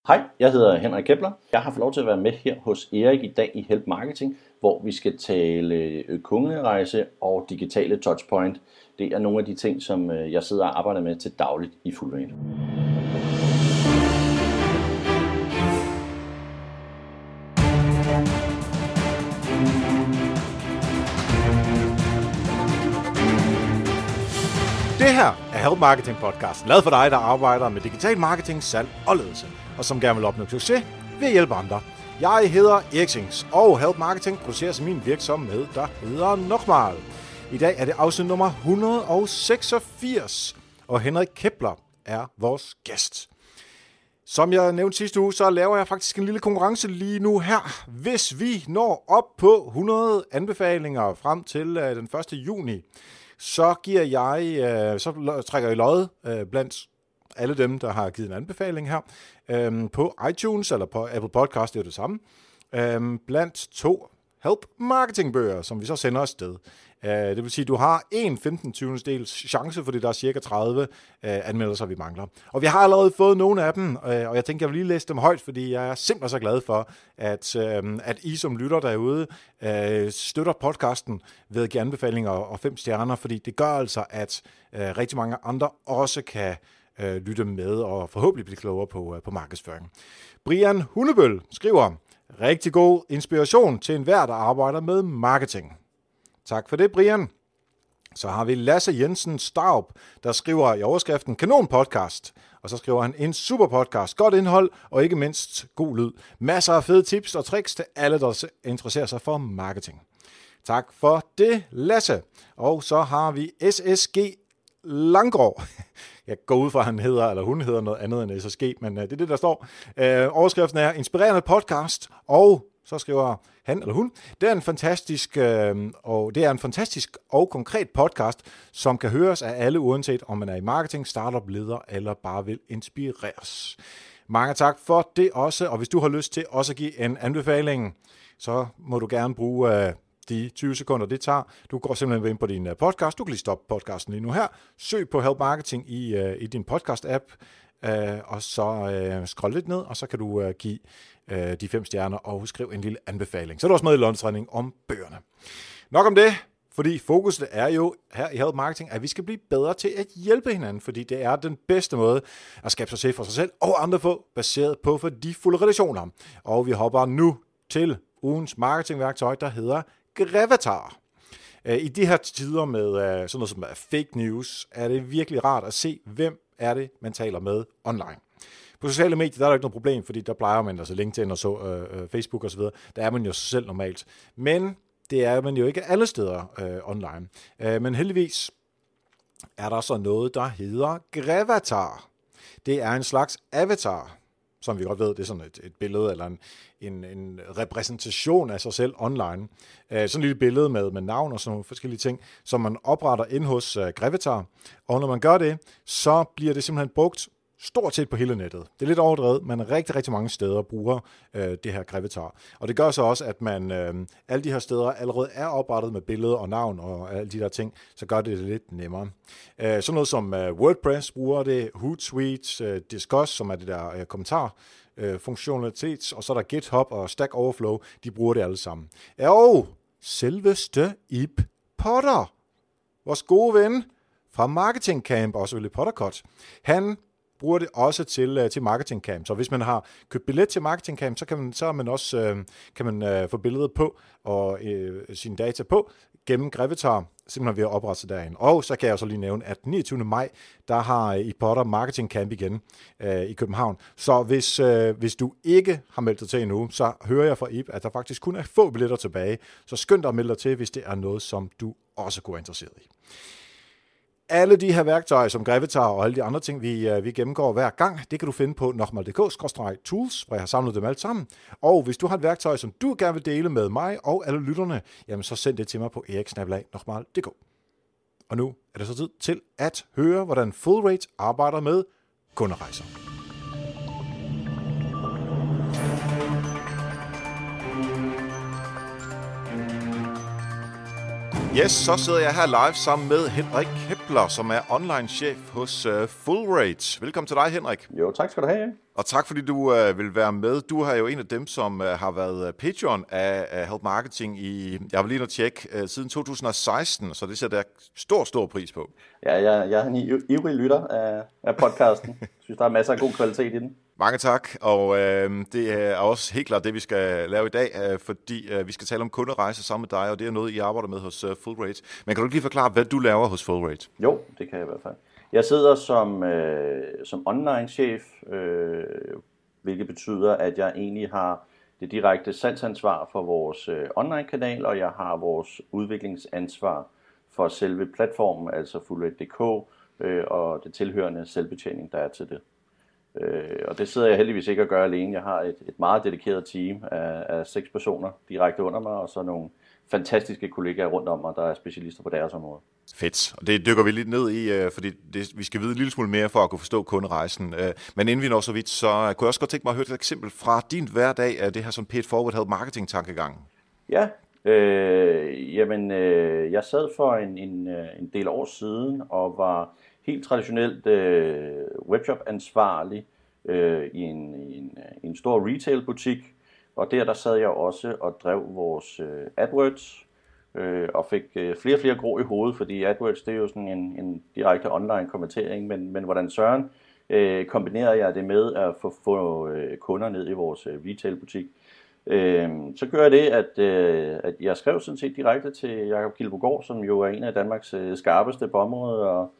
Hej, jeg hedder Henrik Kepler. Jeg har fået lov til at være med her hos Erik i dag i Help Marketing, hvor vi skal tale kunderejse og digitale touchpoint. Det er nogle af de ting, som jeg sidder og arbejder med til dagligt i Fullrate. Det her er Help Marketing Podcast, lavet for dig, der arbejder med digital marketing, salg og ledelse, og som gerne vil opnå succes ved at hjælpe andre. Jeg hedder Erik Sings, og Help Marketing produceres i min virksomhed, der hedder Nochmal. I dag er det afsnit nummer 186, og Henrik Kepler er vores gæst. Som jeg nævnte sidste uge, så laver jeg faktisk en lille konkurrence lige nu her. Hvis vi når op på 100 anbefalinger frem til den 1. juni, så trækker jeg lod blandt alle dem, der har givet en anbefaling her, på iTunes eller på Apple Podcast, det er det samme, blandt 2 Help Marketing bøger, som vi så sender afsted. Det vil sige, at du har en 15/20 chance, fordi der er cirka 30 anmeldelser, vi mangler. Og vi har allerede fået nogle af dem, og jeg tænker, jeg vil lige læse dem højt, fordi jeg er simpelthen så glad for, at I som lytter derude støtter podcasten ved at give anbefalinger og 5 stjerner, fordi det gør altså, at rigtig mange andre også kan lytte med og forhåbentlig blive klogere på markedsføring. Brian Hundebøl skriver: rigtig god inspiration til enhver, der arbejder med marketing. Tak for det, Brian. Så har vi Lasse Jensen Staub, der skriver i overskriften kanon podcast. Og så skriver han en super podcast, godt indhold og ikke mindst god lyd. Masser af fede tips og tricks til alle, der interesserer sig for marketing. Tak for det, Lasse. Og så har vi SSG Langgaard. Jeg går ud fra, at han hedder, eller hun hedder noget andet end SSG, men det er det, der står. Overskriften er inspirerende podcast, og så skriver han eller hun, det er en fantastisk og konkret podcast, som kan høres af alle, uanset om man er i marketing, startup, leder eller bare vil inspireres. Mange tak for det også, og hvis du har lyst til også at give en anbefaling, så må du gerne bruge de 20 sekunder, det tager. Du går simpelthen ind på din podcast. Du kan lige stoppe podcasten lige nu her. Søg på Help Marketing i din podcast-app, og så scroll lidt ned, og så kan du give de 5 stjerner og skrive en lille anbefaling. Så er du også med i lunchtræning om bøgerne. Nok om det, fordi fokuset er jo her i Help Marketing, at vi skal blive bedre til at hjælpe hinanden, fordi det er den bedste måde at skabe succes for sig selv og andre på, baseret på værdifulde relationer. Og vi hopper nu til ugens marketingværktøj, der hedder Gravatar. I de her tider med sådan noget som fake news, er det virkelig rart at se, hvem er det, man taler med online. På sociale medier, der er der ikke noget problem, fordi der plejer man altså LinkedIn og Facebook osv. Der er man jo selv normalt. Men det er man jo ikke alle steder online. Men heldigvis er der så noget, der hedder Gravatar. Det er en slags avatar, som vi godt ved, det er sådan et billede eller en repræsentation af sig selv online. Sådan et lille billede med navn og sådan nogle forskellige ting, som man opretter ind hos Gravatar. Og når man gør det, så bliver det simpelthen brugt stort set på hele nettet. Det er lidt overdrevet, men rigtig, rigtig mange steder bruger det her Gravatar. Og det gør så også, at man alle de her steder allerede er oprettet med billede og navn og alle de der ting, så gør det lidt nemmere. Sådan noget som WordPress bruger det, Hootsuite, Discuss, som er det der kommentar, funktionalitet, og så er der GitHub og Stack Overflow, de bruger det alle sammen. Og selveste Ib Potter, vores gode ven fra Marketing Camp, også Ib Pottercut, han bruger det også til Marketing Camp. Så hvis man har købt billet til Marketing Camp, så kan man få billedet på og sine data på gennem Gravatar, simpelthen ved at oprette sig derinde. Og så kan jeg også lige nævne, at 29. maj, der har Ib Potter Marketing Camp igen i København. Så hvis du ikke har meldt dig til endnu, så hører jeg fra Ib, at der faktisk kun er få billetter tilbage. Så skynd dig at melde dig til, hvis det er noget, som du også kunne være interesseret i. Alle de her værktøjer, som Gravatar og alle de andre ting, vi gennemgår hver gang, det kan du finde på nochmal.dk/tools, hvor jeg har samlet dem alle sammen. Og hvis du har et værktøj, som du gerne vil dele med mig og alle lytterne, jamen så send det til mig på erik@nochmal.dk. Og nu er det så tid til at høre, hvordan Fullrate arbejder med kunderejser. Yes, så sidder jeg her live sammen med Henrik Kepler, som er online-chef hos Fullrate. Velkommen til dig, Henrik. Jo, tak skal du have. Og tak fordi du vil være med. Du er jo en af dem, som har været patron af Help Marketing jeg vil lige tjekke, siden 2016, så det sætter jeg stor pris på. Ja, jeg er en ivrig lytter af podcasten. Jeg synes, der er masser af god kvalitet i den. Mange tak, og det er også helt klart det, vi skal lave i dag, fordi vi skal tale om kunderejser sammen med dig, og det er noget, I arbejder med hos Fullrate. Men kan du lige forklare, hvad du laver hos Fullrate? Jo, det kan jeg i hvert fald. Jeg sidder som online-chef, hvilket betyder, at jeg egentlig har det direkte salgsansvar for vores online-kanal, og jeg har vores udviklingsansvar for selve platformen, altså Fullrate.dk, og det tilhørende selvbetjening, der er til det. Og det sidder jeg heldigvis ikke at gøre alene. Jeg har et meget dedikeret team af 6 personer direkte under mig, og så nogle fantastiske kollegaer rundt om mig, der er specialister på deres område. Fedt, og det dykker vi lidt ned i, fordi vi skal vide en lille smule mere for at kunne forstå kunderejsen. Men inden vi når så vidt, så kunne jeg også godt tænke mig at høre et eksempel fra din hverdag af det her som paid forward help marketing tankegang. Ja, jeg sad for en del år siden og var helt traditionelt webshop-ansvarlig i en stor retail-butik, og der sad jeg også og drev vores AdWords, og fik flere og flere grå i hovedet, fordi AdWords det er jo sådan en direkte online kommentering, men hvordan søren kombinerede jeg det med at få kunder ned i vores retail-butik. Så gør jeg det, at jeg skrev sådan set direkte til Jakob Kildbogård, som jo er en af Danmarks skarpeste på området, og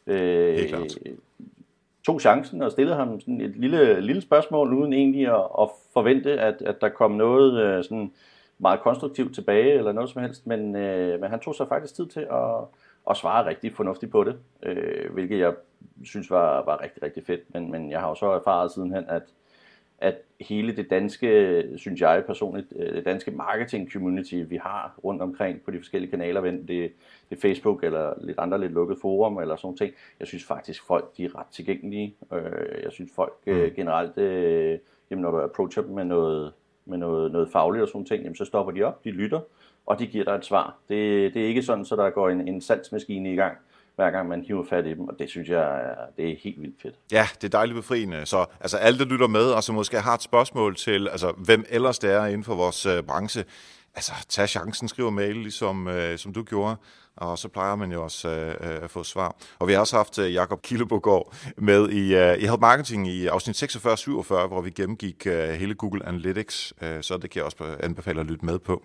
tog chancen og stillede ham sådan et lille spørgsmål, uden egentlig at forvente, at der kom noget sådan meget konstruktivt tilbage, eller noget som helst, men han tog sig faktisk tid til at svare rigtig fornuftigt på det, hvilket jeg synes var rigtig, rigtig fedt, men jeg har jo så erfaret sidenhen, at hele det danske, synes jeg personligt, det danske marketing community, vi har rundt omkring på de forskellige kanaler, enten det er Facebook eller lidt andre lidt lukkede forum eller sådan ting. Jeg synes faktisk, folk de er ret tilgængelige. Jeg synes folk generelt, når du approacher dem med noget fagligt og sådan ting, jamen, så stopper de op, de lytter, og de giver dig et svar. Det er ikke sådan, så der går en salgsmaskine i gang, hver gang man hiver fat i dem, og det synes jeg, det er helt vildt fedt. Ja, det er dejligt befriende. Så altså, alle, der lytter med, og som måske har et spørgsmål til, altså, hvem ellers det er inden for vores branche, altså, tag chancen, skriv mail, ligesom som du gjorde, og så plejer man jo også at få svar. Og vi har også haft Jakob Kildbogård med i Help Marketing i afsnit 46-47, hvor vi gennemgik hele Google Analytics, så det kan jeg også anbefale at lytte med på.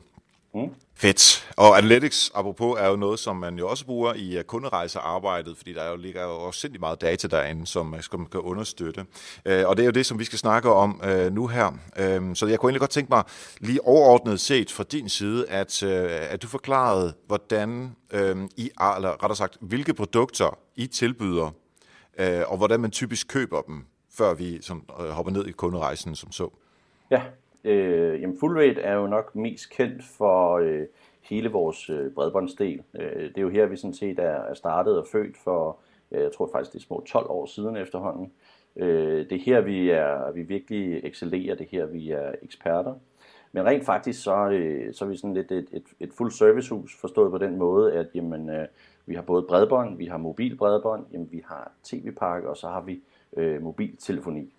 Fedt. Og Analytics, apropos, er jo noget, som man jo også bruger i kunderejsearbejdet, fordi der ligger jo også sindssygt meget data derinde, som man kan understøtte. Og det er jo det, som vi skal snakke om nu her. Så jeg kunne egentlig godt tænke mig, lige overordnet set fra din side, at du forklarede, hvordan eller rettere sagt, hvilke produkter I tilbyder, og hvordan man typisk køber dem, før vi hopper ned i kunderejsen som så. Ja. Fullrate er jo nok mest kendt for hele vores bredbåndsdel. Det er jo her, vi sådan set er startet og født for, jeg tror faktisk det er små 12 år siden efterhånden. Det er her, vi virkelig excellerer, det er her, vi er eksperter. Men rent faktisk så er vi sådan lidt et full servicehus, forstået på den måde, at vi har både bredbånd, vi har mobilbredbånd, vi har tv-pakke, og så har vi mobiltelefoni.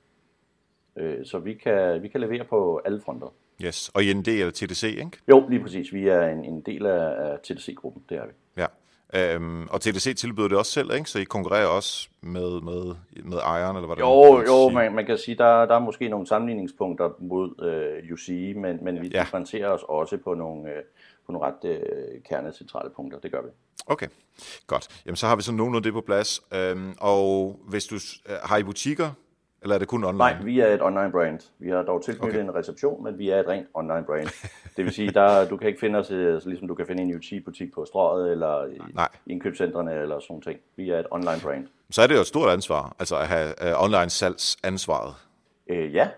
Så vi kan levere på alle fronter. Yes, og I er en del af TDC, ikke? Jo, lige præcis. Vi er en del af TDC-gruppen, det er vi. Ja, og TDC tilbyder det også selv, ikke? Så I konkurrerer også med ejeren, eller hvad det er? Man kan sige, der er måske nogle sammenligningspunkter mod UC, men vi differentierer os også på nogle ret kernecentrale punkter. Det gør vi. Okay, godt. Jamen, så har vi så nogenlunde det på plads. Og hvis du har I butikker, eller er det kun online? Nej, vi er et online brand. Vi har dog tilknyttet en reception, men vi er et rent online brand. Det vil sige, du kan ikke finde os, ligesom du kan finde en UT-butik på Strøget, eller i indkøbscentrene, eller sådan ting. Vi er et online brand. Så er det jo et stort ansvar, altså at have online salgsansvaret. Ja,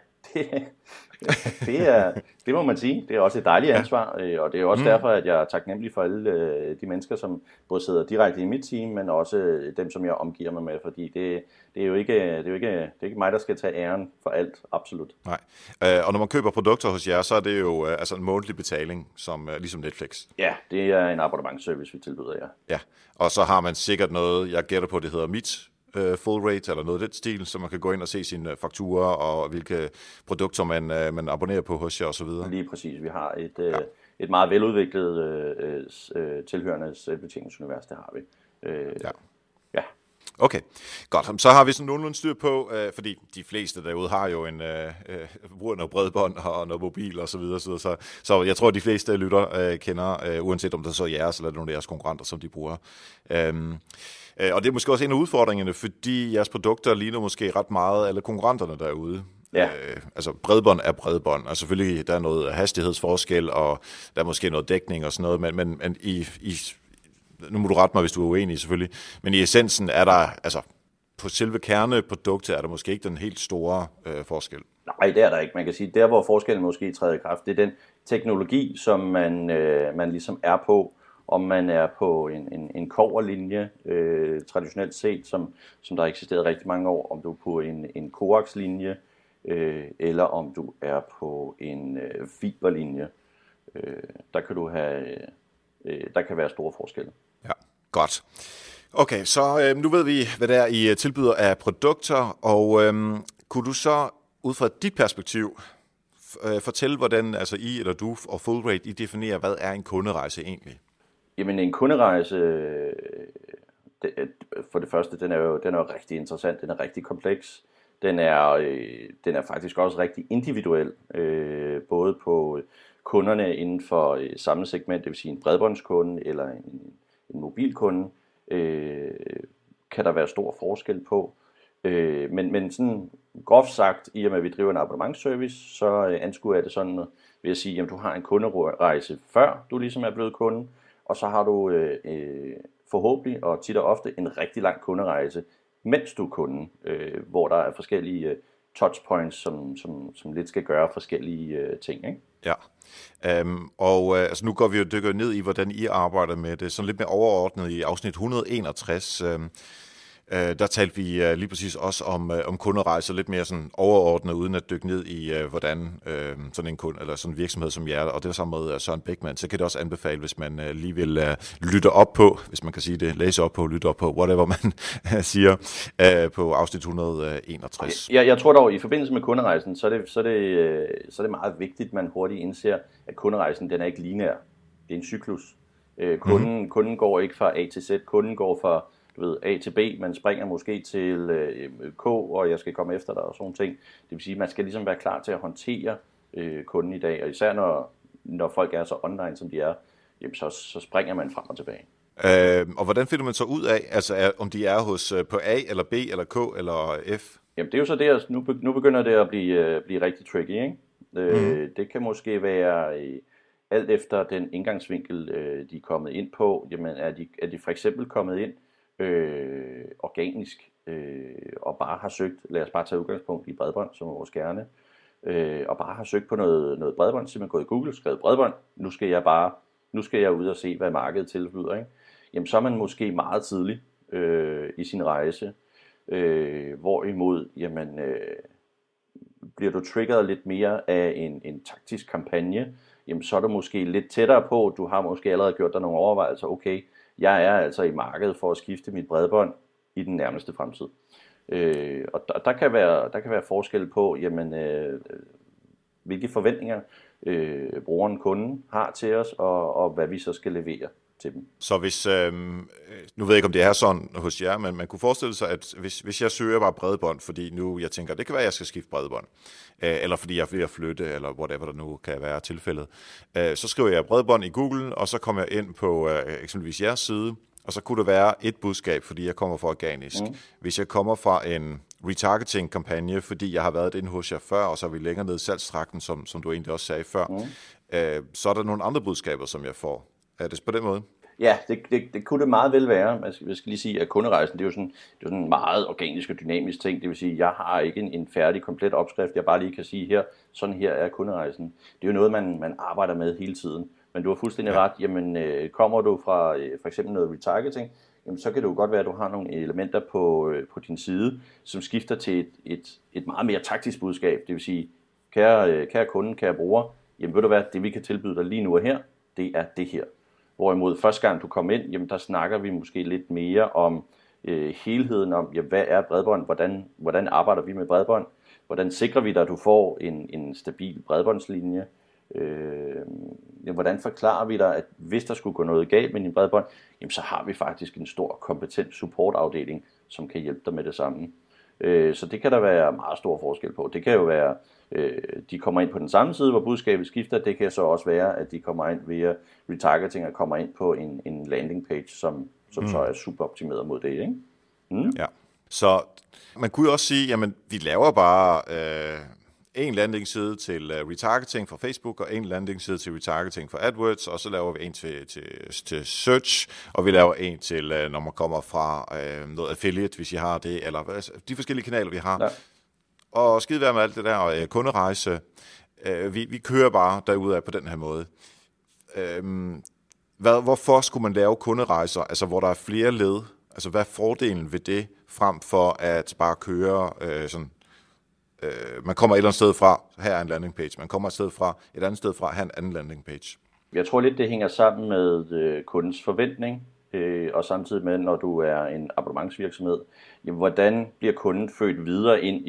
det må man sige. Det er også et dejligt ansvar, og det er også derfor, at jeg er taknemmelig for alle de mennesker, som både sidder direkte i mit team, men også dem, som jeg omgiver mig med, fordi det er jo ikke mig, der skal tage æren for alt, absolut. Nej, og når man køber produkter hos jer, så er det jo en månedlig betaling, ligesom Netflix. Ja, det er en abonnementsservice, vi tilbyder jer. Ja, og så har man sikkert noget, jeg gætter på, det hedder Mit full rate eller noget af den stil, så man kan gå ind og se sine fakturer og hvilke produkter man abonnerer på hos jer osv.? Lige præcis. Vi har et meget veludviklet tilhørende selvbetjeningsunivers, det har vi. Ja. Okay, godt. Så har vi sådan nogenlunde styr på, fordi de fleste derude har jo bruger noget bredbånd og noget mobil og så videre, så jeg tror, at de fleste lytter kender, uanset om det så er jeres eller nogle af jeres konkurrenter, som de bruger. Og det er måske også en af udfordringerne, fordi jeres produkter ligner måske ret meget alle konkurrenterne derude. Ja. Altså bredbånd er bredbånd, og selvfølgelig der er noget hastighedsforskel, og der er måske noget dækning og sådan noget, men nu må du rette mig, hvis du er uenig selvfølgelig, men i essensen er der, altså på selve kerneproduktet er der måske ikke den helt store forskel. Nej, det er der ikke. Man kan sige, der hvor forskellen måske træder i kraft, det er den teknologi, som man ligesom er på, om man er på en kobberlinje, traditionelt set, som der har eksisteret rigtig mange år, om du er på en coax-linje, eller om du er på en fiberlinje. Der kan være store forskelle. Ja, godt. Okay, så nu ved vi, hvad det er, I tilbyder af produkter, og kunne du så, ud fra dit perspektiv, fortælle, hvordan altså I eller du og Fullrate, I definerer, hvad er en kunderejse egentlig? Jamen en kunderejse, for det første, den er jo rigtig interessant, den er rigtig kompleks. Den er faktisk også rigtig individuel, både på kunderne inden for samme segment, det vil sige en bredbåndskunde eller en mobilkunde, kan der være stor forskel på. Men sådan groft sagt, i og med at vi driver en abonnementsservice, så anskuer jeg det sådan ved at sige, at du har en kunderejse før du ligesom er blevet kunde, og så har du forhåbentlig og tit og ofte en rigtig lang kunderejse, mens du er kunde, hvor der er forskellige touchpoints, som lidt skal gøre forskellige ting, ikke? Ja, altså nu går vi jo dykker ned i, hvordan I arbejder med det, sådan lidt mere overordnet i afsnit 161. Der talte vi lige præcis også om kunderejser, lidt mere sådan overordnet, uden at dykke ned i, hvordan sådan en kunde, eller sådan en virksomhed som jer, og det er sammen med Søren Beckmann, så kan det også anbefale, hvis man lige vil lytte op på, hvis man kan sige det, læse op på, lytte op på, whatever man siger, på afsnit 161. Jeg tror dog, i forbindelse med kunderejsen, så er det meget vigtigt, at man hurtigt indser, at kunderejsen, den er ikke lineær. Det er en cyklus. Kunden går ikke fra A til Z, kunden går fra A til B, man springer måske til K, og jeg skal komme efter dig og sådan ting. Det vil sige, at man skal ligesom være klar til at håndtere kunden i dag, og især når folk er så online, som de er, jamen så springer man frem og tilbage. Og hvordan finder man så ud af, altså om de er på A, eller B, eller K, eller F? Jamen det er jo så det, nu begynder det at blive rigtig tricky, ikke? Det kan måske være alt efter den indgangsvinkel, de er kommet ind på. Jamen er de for eksempel kommet ind organisk og bare har søgt, lad os bare tage udgangspunkt i bredbånd, som er vores gerne, og bare har søgt på noget bredbånd, simpelthen gået i Google, skrevet bredbånd, nu skal jeg ud og se, hvad markedet tilbyder, ikke? Jamen så er man måske meget tidlig i sin rejse, hvorimod jamen, bliver du triggeret lidt mere af en taktisk kampagne, jamen så er du måske lidt tættere på, du har måske allerede gjort dig nogle overvejelser, okay, jeg er altså i markedet for at skifte mit bredbånd i den nærmeste fremtid. Og der kan være forskel på, jamen, hvilke forventninger brugeren, kunden har til os, og hvad vi så skal levere til dem. Så hvis, nu ved jeg ikke, om det er sådan hos jer, men man kunne forestille sig, at hvis jeg søger bare bredbånd, fordi nu jeg tænker, det kan være, at jeg skal skifte bredbånd, eller fordi jeg er ved at flytte, eller whatever der nu kan være tilfældet, så skriver jeg bredbånd i Google, og så kommer jeg ind på eksempelvis jeres side, og så kunne det være et budskab, fordi jeg kommer fra organisk. Hvis jeg kommer fra en retargeting-kampagne, fordi jeg har været inde hos jer før, og så er vi længere ned i salgstrakten, som du egentlig også sagde før, så er der nogle andre budskaber, som jeg får. Er det på den måde? Ja, det kunne det meget vel være. Jeg skal lige sige, at kunderejsen, det er jo sådan en meget organisk og dynamisk ting. Det vil sige, at jeg har ikke en færdig, komplet opskrift, jeg bare lige kan sige her, sådan her er kunderejsen. Det er jo noget, man arbejder med hele tiden. Men du har fuldstændig ret. Jamen, kommer du fra for eksempel noget retargeting, jamen, så kan det jo godt være, at du har nogle elementer på din side, som skifter til et meget mere taktisk budskab. Det vil sige, kære kunde, kære bruger, jamen ved du hvad, det vi kan tilbyde dig lige nu og her, det er det her. Hvorimod første gang du kom ind, jamen der snakker vi måske lidt mere om helheden om, ja, hvad er bredbånd, hvordan arbejder vi med bredbånd, hvordan sikrer vi dig, at du får en stabil bredbåndslinje, hvordan forklarer vi dig, at hvis der skulle gå noget galt med din bredbånd, jamen så har vi faktisk en stor kompetent supportafdeling, som kan hjælpe dig med det samme. Så det kan der være meget stor forskel på. Det kan jo være, de kommer ind på den samme side, hvor budskabet skifter. Det kan så også være, at de kommer ind via retargeting og kommer ind på en landing page, som så er super optimeret mod det, ikke? Ja, så man kunne jo også sige, jamen vi laver bare en landingsside til retargeting for Facebook, og en landingsside til retargeting for AdWords, og så laver vi en til search, og vi laver en til, når man kommer fra noget affiliate, hvis I har det, eller altså, de forskellige kanaler, vi har. Ja. Og skide være med alt det der kunderejse. Vi kører bare derudad på den her måde. Hvorfor skulle man lave kunderejser, altså hvor der er flere led? Altså hvad er fordelen ved det, frem for at bare køre man kommer et eller andet sted fra, her er en landing page. Man kommer et andet sted fra, her er en anden landing page. Jeg tror lidt, det hænger sammen med kundens forventning, og samtidig med, når du er en abonnementsvirksomhed, jamen, hvordan bliver kunden født videre ind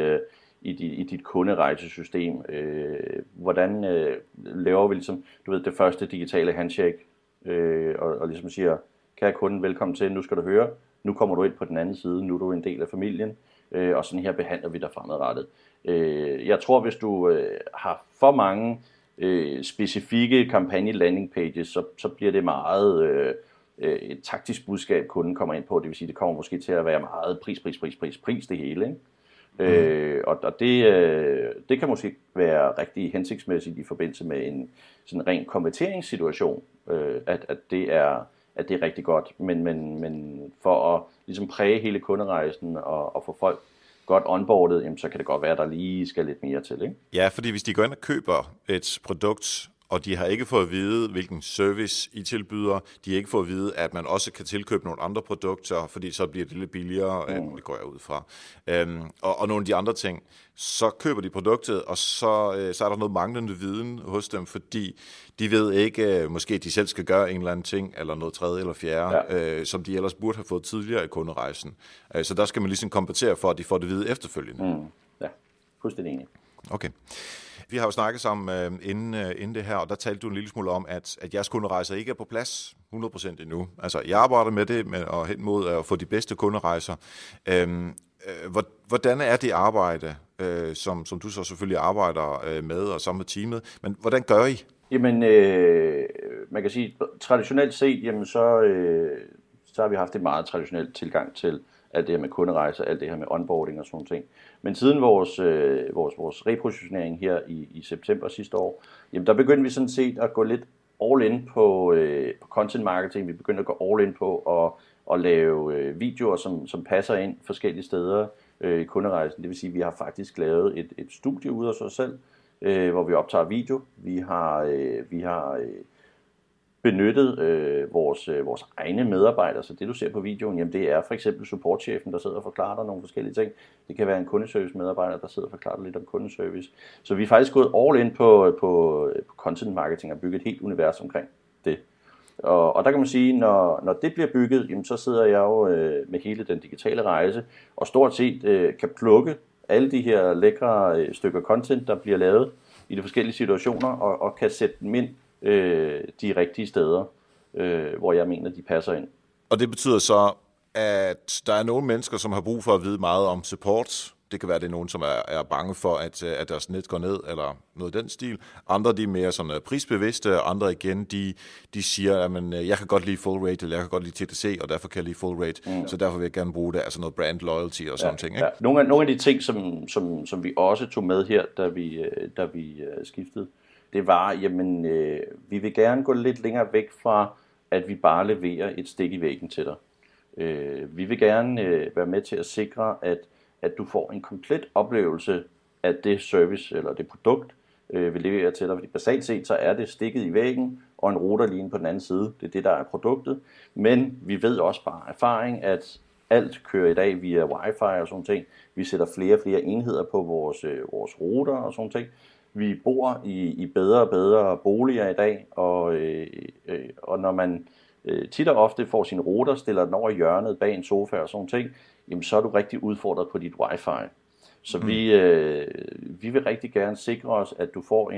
i dit kunderejsesystem? Hvordan laver vi ligesom, det første digitale handshake, og ligesom siger, kære kunden, velkommen til, nu skal du høre, nu kommer du ind på den anden side, nu er du en del af familien, og sådan her behandler vi dig fremadrettet. Jeg tror, hvis du har for mange specifikke kampagne landing pages, så bliver det meget et taktisk budskab, kunden kommer ind på. Det vil sige, det kommer måske til at være meget pris det hele, ikke? Og det kan måske være rigtig hensigtsmæssigt i forbindelse med en sådan ren konverteringssituation, at det er rigtig godt, men for at ligesom præge hele kunderejsen og få folk godt onboardet, jamen, så kan det godt være, at der lige skal lidt mere til, ikke? Ja, fordi hvis de går ind og køber et produkt, og de har ikke fået at vide, hvilken service I tilbyder, de har ikke fået at vide, at man også kan tilkøbe nogle andre produkter, fordi så bliver det lidt billigere, det går jeg ud fra, og nogle af de andre ting, så køber de produktet, og så er der noget manglende viden hos dem, fordi de ved ikke, måske de selv skal gøre en eller anden ting, eller noget tredje eller fjerde, som de ellers burde have fået tidligere i kunderejsen. Så der skal man ligesom kompensere for, at de får det vide efterfølgende. Ja, fuldstændig enig. Okay. Vi har jo snakket sammen inden det her, og der talte du en lille smule om, at jeres kunderejser ikke er på plads 100% endnu. Altså, jeg arbejder med det og hen mod at få de bedste kunderejser. Hvordan er det arbejde, som du så selvfølgelig arbejder med og sammen med teamet, men hvordan gør I? Jamen, man kan sige, traditionelt set, jamen, så har vi haft en meget traditionel tilgang til alt det her med kunderejser, alt det her med onboarding og sådan ting. Men siden vores repositionering her i september sidste år, jamen der begyndte vi sådan set at gå lidt all in på content marketing. Vi begyndte at gå all in på at lave videoer, som passer ind forskellige steder i kunderejsen. Det vil sige, at vi har faktisk lavet et studie ude af os selv, hvor vi optager video. Vi har benyttet vores egne medarbejdere, så det du ser på videoen, jamen det er for eksempel supportchefen, der sidder og forklarer dig nogle forskellige ting. Det kan være en kundeservice medarbejder, der sidder og forklarer dig lidt om kundeservice. Så vi er faktisk gået all in på content marketing og bygget et helt univers omkring det. Og der kan man sige, når det bliver bygget, jamen så sidder jeg jo med hele den digitale rejse og stort set kan plukke alle de her lækre stykker content, der bliver lavet i de forskellige situationer og kan sætte dem ind de rigtige steder, hvor jeg mener, de passer ind. Og det betyder så, at der er nogle mennesker, som har brug for at vide meget om support. Det kan være, at det er nogen, som er bange for, at deres net går ned, eller noget i den stil. Andre, de er mere sådan prisbevidste, og andre igen, de siger, at jeg kan godt lide full rate, eller jeg kan godt lide TDC, og derfor kan jeg lide full rate, så derfor vil jeg gerne bruge det, altså noget brand loyalty og sådan ting. Ikke? Ja. Nogle af de ting, som vi også tog med her, da vi skiftede, det var, jamen, vi vil gerne gå lidt længere væk fra, at vi bare leverer et stik i væggen til dig. Vi vil gerne være med til at sikre, at du får en komplet oplevelse af det service eller det produkt, vi leverer til dig. Fordi basalt set, så er det stikket i væggen og en router lige på den anden side. Det er det, der er produktet. Men vi ved også bare erfaring, at alt kører i dag via wifi og sådan ting. Vi sætter flere og flere enheder på vores router og sådan ting. Vi bor i bedre og bedre boliger i dag, og når man tit og ofte får sin router, stiller den over i hjørnet bag en sofa og sådan ting, jamen så er du rigtig udfordret på dit wifi. Så vi vil rigtig gerne sikre os, at du får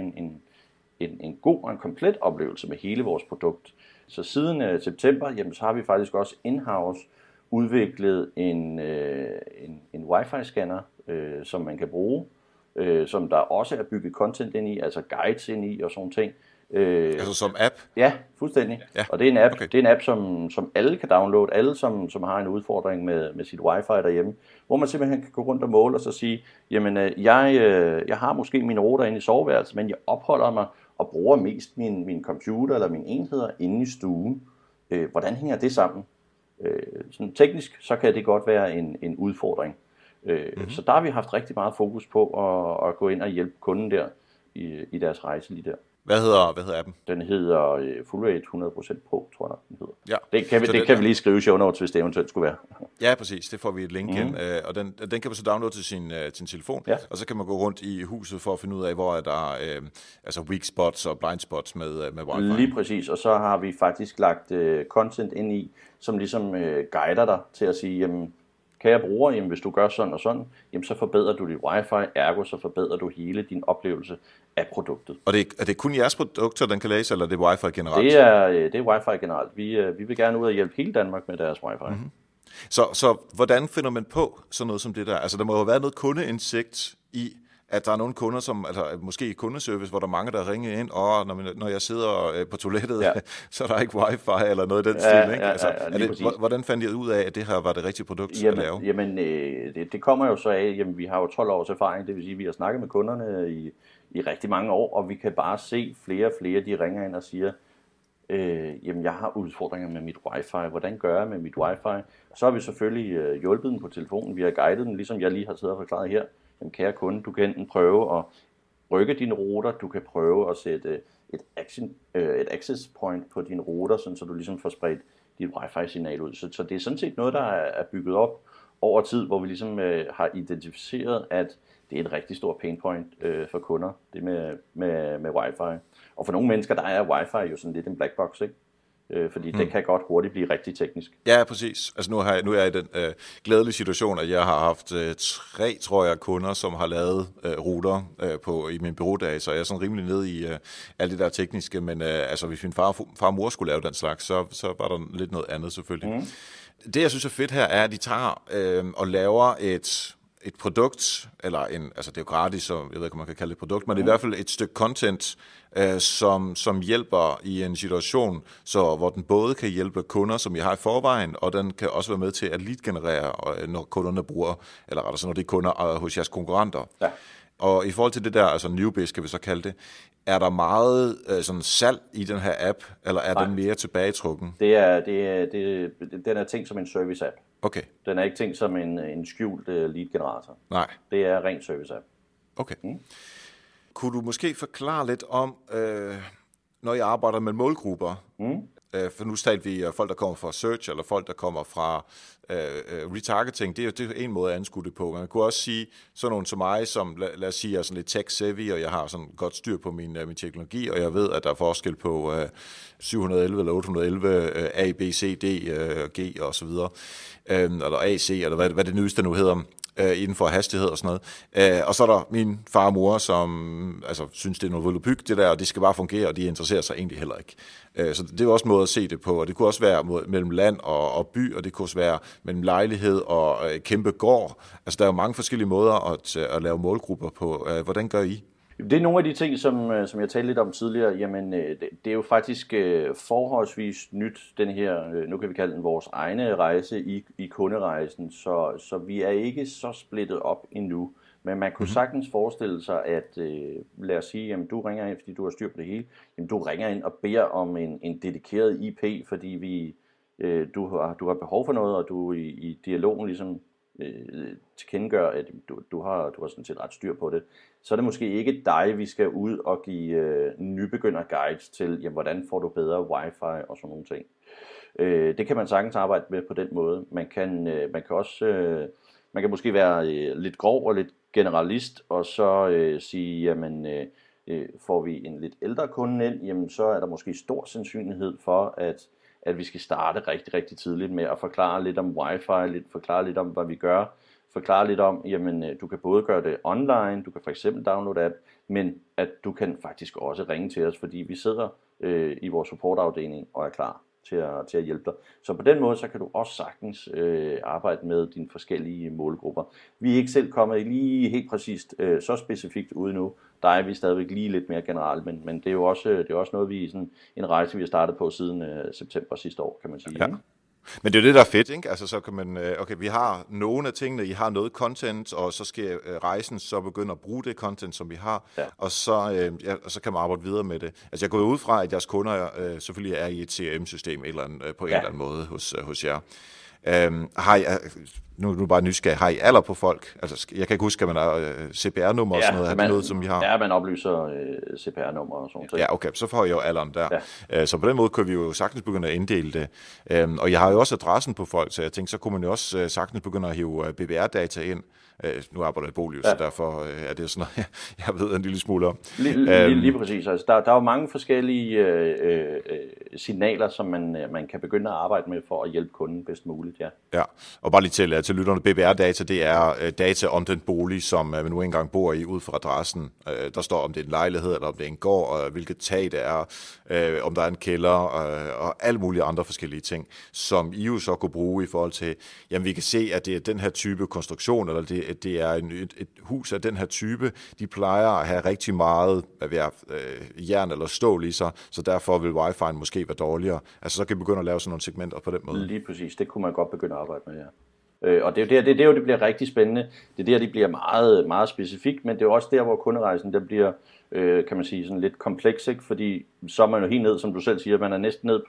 en god og en komplet oplevelse med hele vores produkt. Så siden september, jamen, så har vi faktisk også in-house udviklet en wifi-scanner, som man kan bruge, som der også er bygget content ind i, altså guides ind i og sådan ting. Altså som app? Ja, fuldstændig. Ja. Og det er en app, det er en app som alle kan downloade, alle som har en udfordring med sit wifi derhjemme, hvor man simpelthen kan gå rundt og måle og så sige, jamen jeg har måske min router inde i soveværelset, men jeg opholder mig og bruger mest min computer eller mine enheder inde i stuen. Hvordan hænger det sammen? Sådan teknisk, så kan det godt være en udfordring. Så der har vi haft rigtig meget fokus på at gå ind og hjælpe kunden der i deres rejse lige der. Hvad hedder appen? Den hedder Fullrate 100% Pro, tror jeg, den hedder. Ja. Det kan vi lige skrive i show notes, hvis det eventuelt skulle være. Ja, præcis. Det får vi et link ind. Og den kan man så downloade til sin telefon, og så kan man gå rundt i huset for at finde ud af, hvor er der altså weak spots og blind spots med wifi. Lige præcis, og så har vi faktisk lagt content ind i, som ligesom guider dig til at sige, jamen, kære bruger, jamen, hvis du gør sådan og sådan, jamen, så forbedrer du dit wifi, ergo så forbedrer du hele din oplevelse af produktet. Og er det kun jeres produkter, den kan læse, eller er det wifi generelt? Det er wifi generelt. Vi vil gerne ud og hjælpe hele Danmark med deres wifi. Mm-hmm. Så hvordan finder man på sådan noget som det der? Altså der må jo være noget kundeindsigt i, at der er nogle kunder, som altså måske i kundeservice, hvor der er mange, der ringer ind, og når jeg sidder på toilettet, så er der ikke wifi eller noget i den stil, ikke? Altså, hvordan fandt I ud af, at det her var det rigtige produkt at lave? Jamen, det kommer jo så af, jamen vi har jo 12 års erfaring, det vil sige, at vi har snakket med kunderne i rigtig mange år, og vi kan bare se flere og flere, de ringer ind og siger, jamen jeg har udfordringer med mit wifi, hvordan gør jeg med mit wifi? Så har vi selvfølgelig hjulpet dem på telefonen, vi har guidet dem, ligesom jeg lige har siddet og forklaret her. Jamen, kære kunde, du kan enten prøve at rykke dine router, du kan prøve at sætte et access point på din router, sådan, så du ligesom får spredt dit wifi-signal ud. Så det er sådan set noget, der er bygget op over tid, hvor vi ligesom har identificeret, at det er et rigtig stort pain point for kunder, det med wifi. Og for nogle mennesker, der er wifi jo sådan lidt en black box, ikke? Fordi det kan godt hurtigt blive rigtig teknisk. Ja, præcis. Altså nu er jeg i den glædelige situation, at jeg har haft 3, tror jeg, kunder, som har lavet router i min bureaudag, så jeg er sådan rimelig nede i alt det der tekniske, men altså hvis min far og mor skulle lave den slags, så var der lidt noget andet selvfølgelig. Det, jeg synes er fedt her, er, at de tager og laver et produkt, eller altså det er jo gratis, så jeg ved ikke, om man kan kalde det et produkt, men det er i hvert fald et stykke content, som hjælper i en situation, hvor den både kan hjælpe kunder, som I har i forvejen, og den kan også være med til at lead-generere, når kunderne bruger, eller rettere når det er kunder hos jeres konkurrenter. Ja. Og i forhold til det der, altså newbiz, kan vi så kalde det, er der meget sådan salg i den her app, eller er den mere tilbagetrukken? Den er tænkt som en service-app. Okay. Den er ikke tænkt som en skjult lead-generator. Nej. Det er ren service-app. Okay. Kunne du måske forklare lidt om, når I arbejder med målgrupper? For nu talte vi folk, der kommer fra search, eller folk, der kommer fra retargeting. Det er jo en måde at anskue det på. Man kunne også sige, sådan nogen som mig, som lad os sige, er sådan lidt tech-savvy, og jeg har sådan godt styr på min teknologi, og jeg ved, at der er forskel på 711 eller 811, A, B, C, D, G og så videre, eller AC, eller hvad det nyeste nu hedder, inden for hastighed og sådan noget. Og så er der min far og mor, som altså, synes, det er noget volapyk, det der, og det skal bare fungere, og de interesserer sig egentlig heller ikke. Så det er også en måde at se det på, og det kunne også være mellem land og by, og det kunne også være mellem lejlighed og kæmpe gård. Altså, der er jo mange forskellige måder at lave målgrupper på. Hvordan gør I? Det er nogle af de ting, som jeg talte lidt om tidligere. Jamen, det er jo faktisk forholdsvis nyt, den her, nu kan vi kalde den vores egne rejse i kunderejsen, så vi er ikke så splittet op endnu. Men man kunne sagtens forestille sig, at lad os sige, jamen du ringer ind, fordi du har styr på det hele. Jamen du ringer ind og beder om en dedikeret IP, fordi du har behov for noget, og du i dialogen ligesom tilkendegør, at du har sådan set ret styr på det, så er det måske ikke dig, vi skal ud og give nybegynder guides til, jamen, hvordan får du bedre wifi og sådan nogle ting. Det kan man sagtens arbejde med på den måde. Man kan også man kan måske være lidt grov og lidt generalist, og så sige, jamen får vi en lidt ældre kunde ind, jamen så er der måske stor sandsynlighed for, at vi skal starte rigtig, rigtig tidligt med at forklare lidt om wifi, forklare lidt om, hvad vi gør, forklare lidt om, jamen du kan både gøre det online, du kan for eksempel downloade app, men at du kan faktisk også ringe til os, fordi vi sidder i vores supportafdeling og er klar til at hjælpe dig. Så på den måde, så kan du også sagtens arbejde med dine forskellige målgrupper. Vi er ikke selv kommet lige helt præcist så specifikt ude nu. Der er vi stadigvæk lige lidt mere generelt, men det er jo også noget, vi sådan en rejse, vi har startet på siden september sidste år, kan man sige. Ja. Men det er jo det, der er fedt, ikke? Altså så kan man, okay, vi har nogle af tingene, I har noget content, og så skal rejsen så begynde at bruge det content, som vi har, og så kan man arbejde videre med det. Altså jeg går ud fra, at jeres kunder selvfølgelig er i et CRM-system på en eller anden måde hos jer. Har I, nu bare nysgerrig, har I alder på folk? Altså, jeg kan ikke huske, at man har CPR-nummer og sådan noget. Er det noget, som I har? Ja, man oplyser CPR-nummer og sådan noget. Ja, okay, så får I jo alderen der. Ja. Så på den måde kan vi jo sagtens begynde at inddele det. Og jeg har jo også adressen på folk, så jeg tænkte, så kunne man jo også sagtens begynde at hive BBR-data ind. Nu arbejder jeg i Bolio, så derfor er det sådan noget, jeg ved en lille smule om. Lige præcis. Altså, der er jo mange forskellige signaler, som man kan begynde at arbejde med for at hjælpe kunden bedst muligt. Ja, og bare lige til lytterne, BBR-data, det er data om den bolig, som man nu engang bor i, ud fra adressen. Der står, om det er en lejlighed, eller om det er en gård, og hvilket tag det er, om der er en kælder, og alle mulige andre forskellige ting, som I jo så kunne bruge i forhold til, jamen vi kan se, at det er den her type konstruktion, eller det er et hus af den her type, de plejer at have rigtig meget at være jern eller stål i sig, så derfor vil wifi'en måske være dårligere. Altså så kan vi begynde at lave sådan nogle segmenter på den måde. Lige præcis, det kunne man godt begynde at arbejde med, ja. Og det er jo det bliver rigtig spændende. Det er der, det bliver meget, meget specifikt, men det er også der, hvor kunderejsen der bliver, kan man sige, sådan lidt kompleks, ikke? Fordi så er man jo helt ned, som du selv siger, man er næsten ned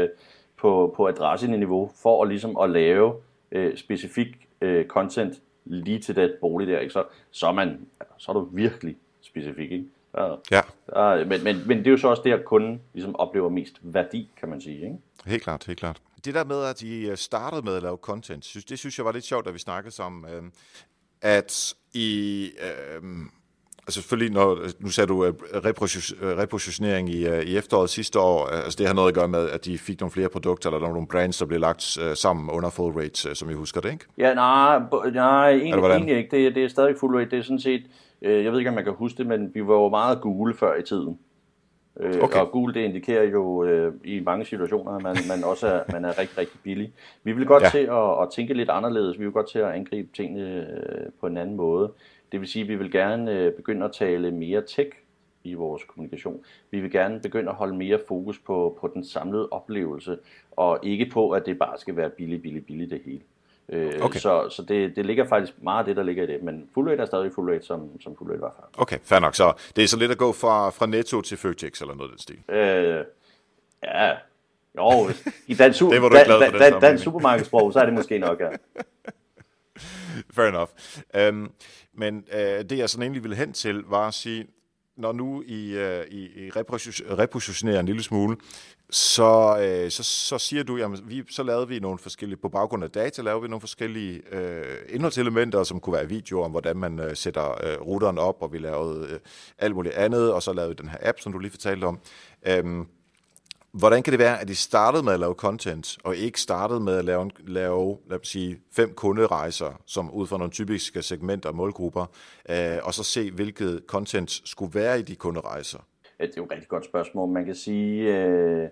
på adresseniveau for at, ligesom at lave specifik content lige til det bolig der, ikke? Så er du virkelig specifik, ikke? Ja. Men det er jo så også der, kunden ligesom oplever mest værdi, kan man sige, ikke? Helt klart. Det der med, at I startede med at lave content, det synes jeg var lidt sjovt, da vi snakkede sammen, at I... Altså selvfølgelig, nu sagde du repositionering i efteråret sidste år, altså det har noget at gøre med, at de fik nogle flere produkter, eller nogle brands, der blev lagt sammen under full rate, som I husker det, ikke? Ja, nej egentlig ikke. Det er stadig full rate. Det er sådan set, jeg ved ikke, om man kan huske det, men vi var jo meget gule før i tiden. Okay. Og gul, det indikerer jo i mange situationer, at man er rigtig, rigtig billig. Vi vil godt til at tænke lidt anderledes. Vi vil godt til at angribe tingene på en anden måde. Det vil sige, at vi vil gerne begynde at tale mere tech i vores kommunikation. Vi vil gerne begynde at holde mere fokus på den samlede oplevelse, og ikke på, at det bare skal være billigt det hele. Okay. Så det ligger faktisk meget af det, der ligger i det. Men full rate er stadig full rate, som full rate var før. Okay, fair nok. Så det er så lidt at gå fra Netto til Føtex eller noget af den stil? Ja. Jo, i dansk supermarkedssprog, så er det måske nok, ja. Fair enough. Men det jeg sådan egentlig ville hen til, var at sige, når nu I repositionerer en lille smule, så siger du, jamen så lavede vi nogle forskellige, på baggrund af data, lavede vi nogle forskellige indholdselementer, som kunne være videoer om, hvordan man sætter routeren op, og vi lavede alt muligt andet, og så lavede vi den her app, som du lige fortalte om. Hvordan kan det være, at I startede med at lave content, og ikke startede med at lave lad os sige, 5 kunderejser, som ud fra nogle typiske segmenter og målgrupper, og så se, hvilket content skulle være i de kunderejser? Det er jo et rigtig godt spørgsmål. Man kan sige,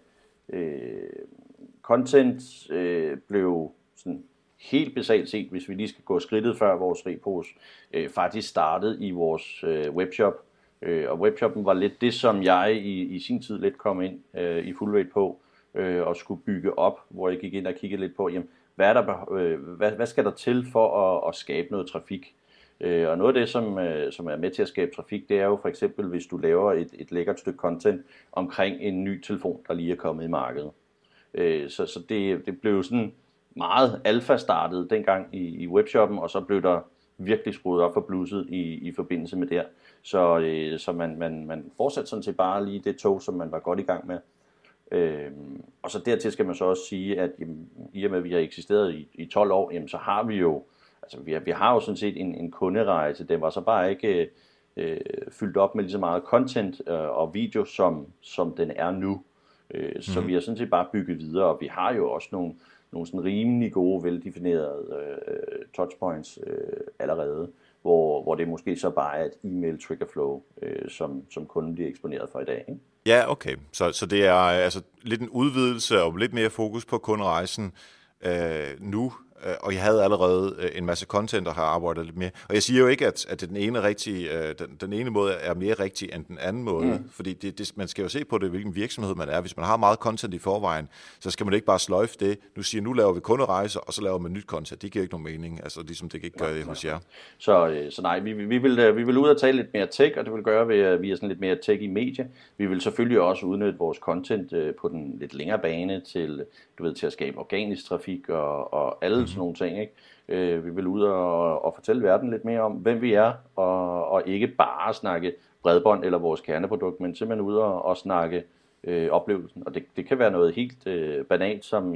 content blev sådan helt basalt set, hvis vi lige skal gå skridtet før vores repos, faktisk startede i vores webshop. Og webshoppen var lidt det, som jeg i sin tid lidt kom ind i full rate på og skulle bygge op, hvor jeg gik ind og kiggede lidt på, jamen, hvad skal der til for at skabe noget trafik? Og noget af det, som er med til at skabe trafik, det er jo for eksempel, hvis du laver et lækkert stykke content omkring en ny telefon, der lige er kommet i markedet. Så det blev sådan meget alfa-startet dengang i webshoppen, og så blev der virkelig skruet op for blusset i forbindelse med det. Så man fortsætter sådan set bare lige det tog, som man var godt i gang med. Og så dertil skal man så også sige, at jamen, i og med at vi har eksisteret i 12 år, jamen, så har vi jo, altså vi har jo sådan set en kunderejse. Den var så bare ikke fyldt op med lige så meget content og video, som den er nu. Så vi har sådan set bare bygget videre, og vi har jo også nogle sådan rimelig gode, veldefinerede touchpoints allerede, hvor det måske så bare er et e-mail trigger flow, som kunden bliver eksponeret for i dag, ikke? Ja, okay. Så det er altså lidt en udvidelse og lidt mere fokus på kunderejsen nu, og jeg havde allerede en masse content og har arbejdet lidt mere. Og jeg siger jo ikke, at den ene den ene måde er mere rigtig end den anden måde, fordi man skal jo se på det, hvilken virksomhed man er. Hvis man har meget content i forvejen, så skal man ikke bare sløjfe det. Nu laver vi kunderejser, og så laver man nyt content. Det giver ikke nogen mening, altså ligesom det ikke gør hos jer. Så nej, vi vil ud og tale lidt mere tech, og det vil gøre ved, at vi er sådan lidt mere tech i medie. Vi vil selvfølgelig også udnytte vores content på den lidt længere bane til at skabe organisk trafik og alle sådan nogle ting, ikke? Vi vil ud og fortælle verden lidt mere om, hvem vi er, og ikke bare snakke bredbånd eller vores kerneprodukt, men simpelthen ud og snakke oplevelsen. Og det kan være noget helt banalt som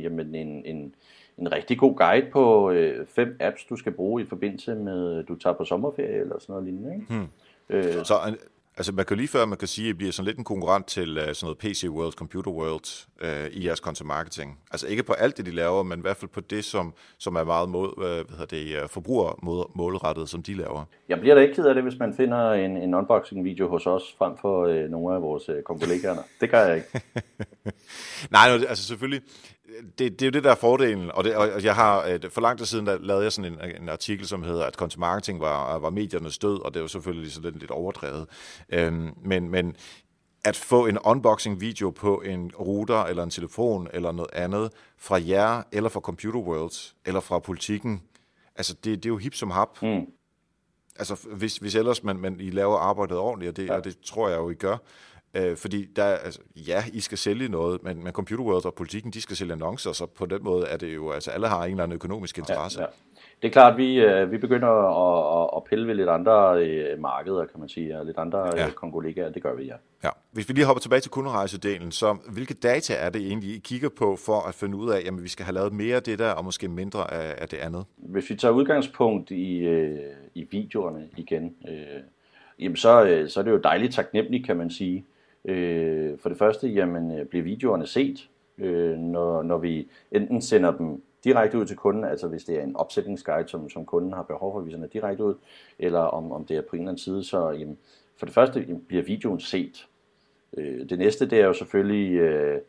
en rigtig god guide på 5 apps, du skal bruge i forbindelse med, du tager på sommerferie eller sådan noget lignende, ikke? Altså man kan lige før, man kan sige, at I bliver sådan lidt en konkurrent til sådan noget PC World, Computer World i jeres content marketing. Altså ikke på alt det, de laver, men i hvert fald på det, som er meget forbrugermålrettet, som de laver. Jeg bliver da ikke ked af det, hvis man finder en unboxing-video hos os, frem for nogle af vores kollegaer. Det gør jeg ikke. Nej, altså selvfølgelig. Det er jo det, der er fordelen, og jeg har for lang tid siden, der lavede jeg sådan en artikel, som hedder, at content marketing var mediernes død, og det er jo selvfølgelig sådan lidt overdrevet. Men at få en unboxing-video på en router, eller en telefon, eller noget andet, fra jer, eller fra Computer World, eller fra Politikken, altså det er jo hip som hap. Altså hvis ellers I laver arbejdet ordentligt, og det tror jeg jo, I gør. Fordi I skal sælge noget, men Computer World og Politikken, de skal sælge annoncer, så på den måde er det jo, altså alle har en eller anden økonomisk interesse. Ja. Det er klart, at vi begynder at pille ved lidt andre markeder, kan man sige, og lidt andre kollegaer, det gør vi, ja. Hvis vi lige hopper tilbage til kunderejsedelen, så hvilke data er det egentlig, I kigger på for at finde ud af, jamen vi skal have lavet mere af det der, og måske mindre af det andet? Hvis vi tager udgangspunkt i videoerne igen, jamen så er det jo dejligt taknemmeligt, kan man sige. For det første, jamen, bliver videoerne set, når vi enten sender dem direkte ud til kunden, altså hvis det er en opsætningsguide, som kunden har behov for, at vi sender direkte ud, eller om det er på en eller anden side, så jamen, for det første bliver videoen set. Det næste, det er jo selvfølgelig,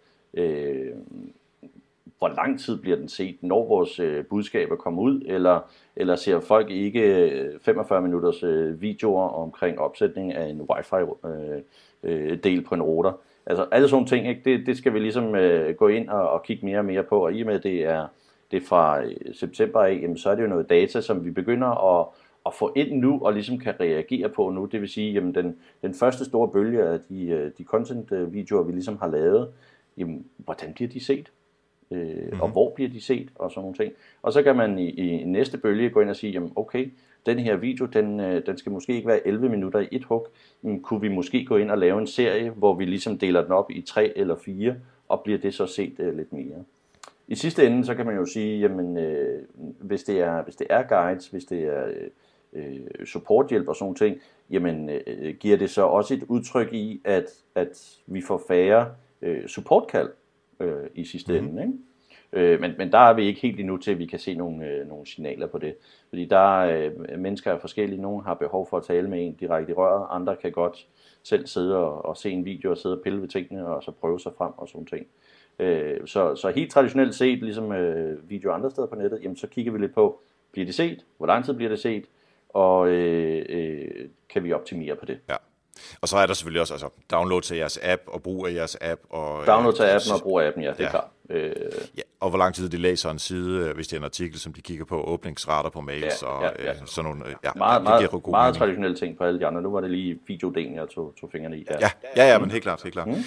hvor lang tid bliver den set, når vores budskaber kommer ud, eller ser folk ikke 45 minutters videoer omkring opsætning af en wifi-del på en router. Altså alle sådan ting, ikke? Det skal vi ligesom gå ind og kigge mere og mere på, og i og med det er fra september af, jamen, så er det jo noget data, som vi begynder at få ind nu, og ligesom kan reagere på nu. Det vil sige, jamen den første store bølge af de content-videoer, vi ligesom har lavet, jamen, hvordan bliver de set? Og hvor bliver de set? Og sådan nogle ting. Og så kan man i næste bølge gå ind og sige, jamen okay, den her video, den skal måske ikke være 11 minutter i et hug. Men kunne vi måske gå ind og lave en serie, hvor vi ligesom deler den op i 3 eller 4, og bliver det så set lidt mere. I sidste ende, så kan man jo sige, jamen, hvis det er guides, hvis det er supporthjælp og sådan ting, jamen, giver det så også et udtryk i, at vi får færre supportkald i sidste ende, ikke? Men der er vi ikke helt endnu til, at vi kan se nogle signaler på det. Fordi mennesker er forskellige. Nogle har behov for at tale med en direkte i røret. Andre kan godt selv sidde og se en video og sidde og pille ved tingene og så prøve sig frem og sådan ting. Så helt traditionelt set, ligesom video andre steder på nettet, jamen, så kigger vi lidt på, bliver det set? Hvor lang tid bliver det set? Og kan vi optimere på det? Ja. Og så er der selvfølgelig også download til jeres app og brug af jeres app. Og, download til appen og brug af appen, ja, det er klart. Ja, og hvor lang tid de læser en side, hvis det er en artikel, som de kigger på, åbningsrater på mails og sådan nogle. Meget traditionelle ting på alle de andre. Nu var det lige videodelen, jeg tog fingrene i. Ja, men helt klart.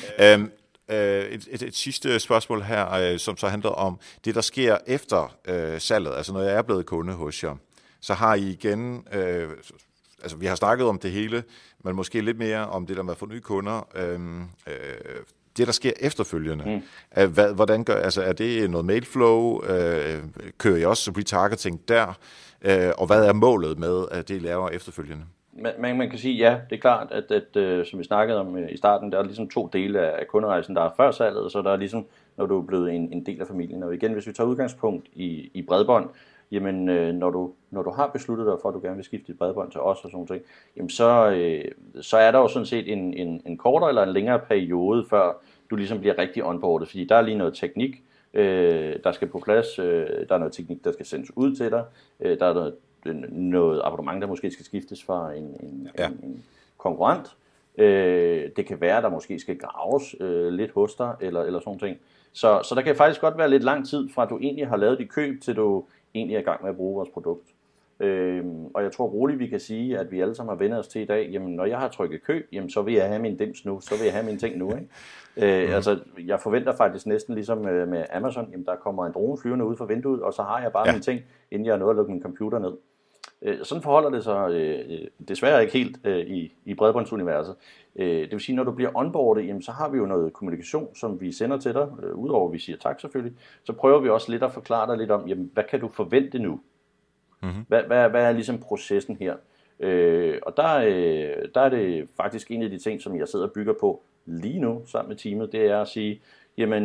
Et sidste spørgsmål her, som så handler om det, der sker efter salget. Altså når jeg er blevet kunde hos jer, så har I igen... Altså, vi har snakket om det hele, men måske lidt mere om det der med at få nye kunder. Det, der sker efterfølgende, hvordan gør, altså, er det noget mailflow? Kører I også retargeting der? Og hvad er målet med, at det I laver efterfølgende? Man kan sige, ja, det er klart, at som vi snakkede om i starten, der er ligesom 2 dele af kunderejsen. Der er før salget, og så der er ligesom, når du er blevet en del af familien. Og igen, hvis vi tager udgangspunkt i bredbånd, jamen når du har besluttet dig for, at du gerne vil skifte dit bredbånd til os og sådan noget, jamen så er der jo sådan set en kortere eller en længere periode, før du ligesom bliver rigtig onboardet, fordi der er lige noget teknik, der skal på plads, der er noget teknik, der skal sendes ud til dig, der er noget abonnement, der måske skal skiftes fra en konkurrent. Det kan være, at der måske skal graves lidt hos dig, eller sådan noget ting. Så der kan faktisk godt være lidt lang tid, fra at du egentlig har lavet dit køb, til du egentlig er i gang med at bruge vores produkt. Og jeg tror roligt, vi kan sige, at vi alle sammen har vendt os til i dag, jamen når jeg har trykket køb, jamen så vil jeg have min dims nu, så vil jeg have mine ting nu, ikke? Altså, jeg forventer faktisk næsten ligesom med Amazon, jamen der kommer en drone flyvende ud fra vinduet, og så har jeg bare mine ting, inden jeg er nået at lukke min computer ned. Sådan forholder det sig desværre ikke helt i bredbåndsuniverset. Det vil sige, når du bliver onboardet, jamen, så har vi jo noget kommunikation, som vi sender til dig, udover at vi siger tak selvfølgelig, så prøver vi også lidt at forklare dig lidt om, jamen, hvad kan du forvente nu? Mm-hmm. Hvad er ligesom processen her? Og der er det faktisk en af de ting, som jeg sidder og bygger på lige nu sammen med teamet, det er at sige, jamen